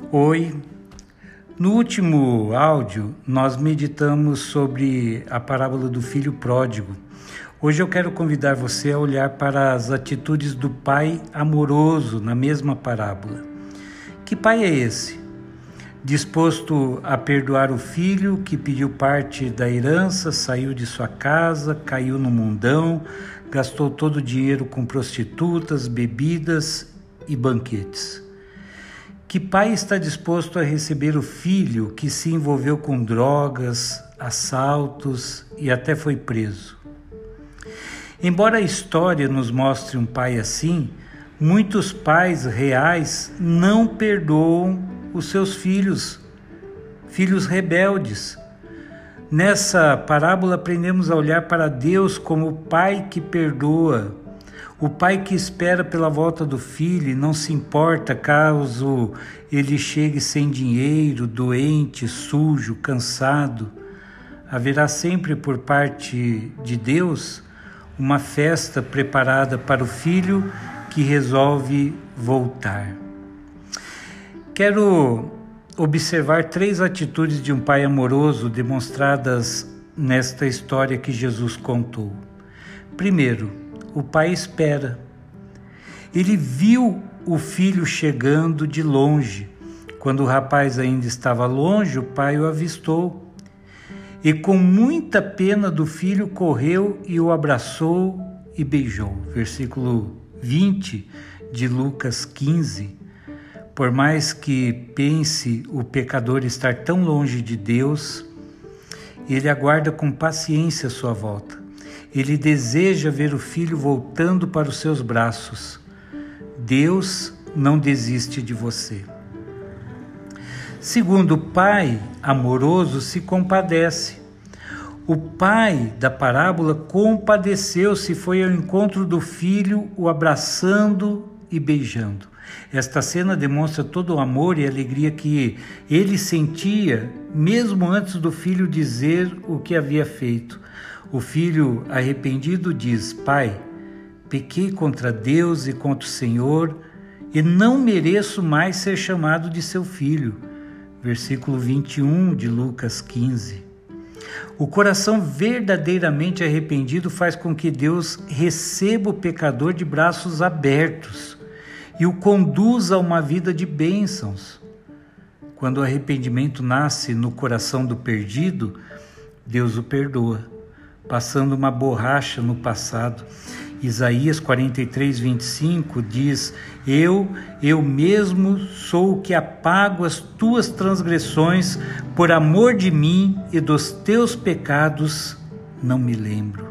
Oi, no último áudio nós meditamos sobre a parábola do filho pródigo. Hoje eu quero convidar você a olhar para as atitudes do pai amoroso na mesma parábola. Que pai é esse? Disposto a perdoar o filho que pediu parte da herança, saiu de sua casa, caiu no mundão, gastou todo o dinheiro com prostitutas, bebidas e banquetes. Que pai está disposto a receber o filho que se envolveu com drogas, assaltos e até foi preso? Embora a história nos mostre um pai assim, muitos pais reais não perdoam os seus filhos rebeldes. Nessa parábola aprendemos a olhar para Deus como o pai que perdoa, o pai que espera pela volta do filho e não se importa caso ele chegue sem dinheiro, doente, sujo, cansado. Haverá sempre por parte de Deus uma festa preparada para o filho que resolve voltar. Quero observar 3 atitudes de um pai amoroso demonstradas nesta história que Jesus contou. Primeiro, o pai espera. Ele viu o filho chegando de longe. Quando o rapaz ainda estava longe, o pai o avistou. E com muita pena do filho, correu e o abraçou e beijou. Versículo 20 de Lucas 15. Por mais que pense o pecador estar tão longe de Deus, ele aguarda com paciência a sua volta. Ele deseja ver o filho voltando para os seus braços. Deus não desiste de você. Segundo, o pai amoroso se compadece. O pai da parábola compadeceu-se, foi ao encontro do filho, o abraçando e beijando. Esta cena demonstra todo o amor e alegria que ele sentia, mesmo antes do filho dizer o que havia feito. O filho arrependido diz: Pai, pequei contra Deus e contra o Senhor e não mereço mais ser chamado de seu filho. Versículo 21 de Lucas 15. O coração verdadeiramente arrependido faz com que Deus receba o pecador de braços abertos e o conduza a uma vida de bênçãos. Quando o arrependimento nasce no coração do perdido, Deus o perdoa, passando uma borracha no passado. Isaías 43, 25 diz: Eu mesmo sou o que apago as tuas transgressões, por amor de mim e dos teus pecados não me lembro.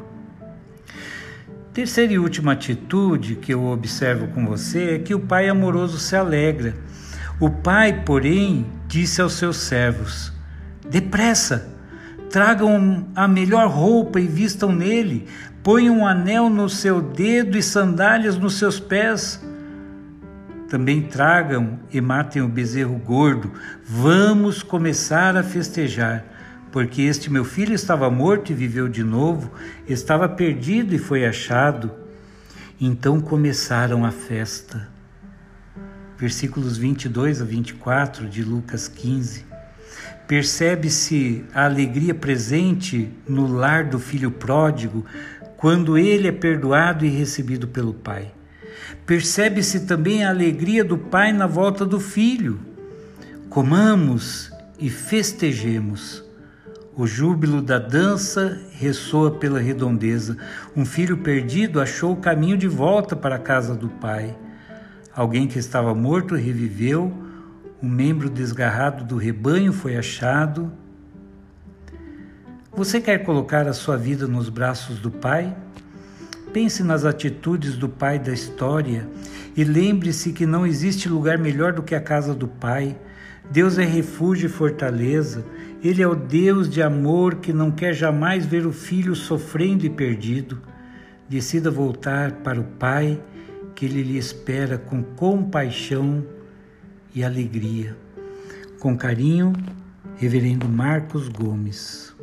Terceira e última atitude que eu observo com você é que o pai amoroso se alegra. O pai, porém, disse aos seus servos: Depressa! Tragam a melhor roupa e vistam nele, ponham um anel no seu dedo e sandálias nos seus pés. Também tragam e matem o bezerro gordo. Vamos começar a festejar, porque este meu filho estava morto e viveu de novo, estava perdido e foi achado. Então começaram a festa. Versículos 22 a 24 de Lucas 15. Percebe-se a alegria presente no lar do filho pródigo quando ele é perdoado e recebido pelo pai. Percebe-se também a alegria do pai na volta do filho. Comamos e festejemos. O júbilo da dança ressoa pela redondeza. Um filho perdido achou o caminho de volta para a casa do pai. Alguém que estava morto reviveu. Um membro desgarrado do rebanho foi achado. Você quer colocar a sua vida nos braços do Pai? Pense nas atitudes do Pai da história e lembre-se que não existe lugar melhor do que a casa do Pai. Deus é refúgio e fortaleza. Ele é o Deus de amor que não quer jamais ver o filho sofrendo e perdido. Decida voltar para o Pai, que Ele lhe espera com compaixão e alegria. Com carinho, Reverendo Marcos Gomes.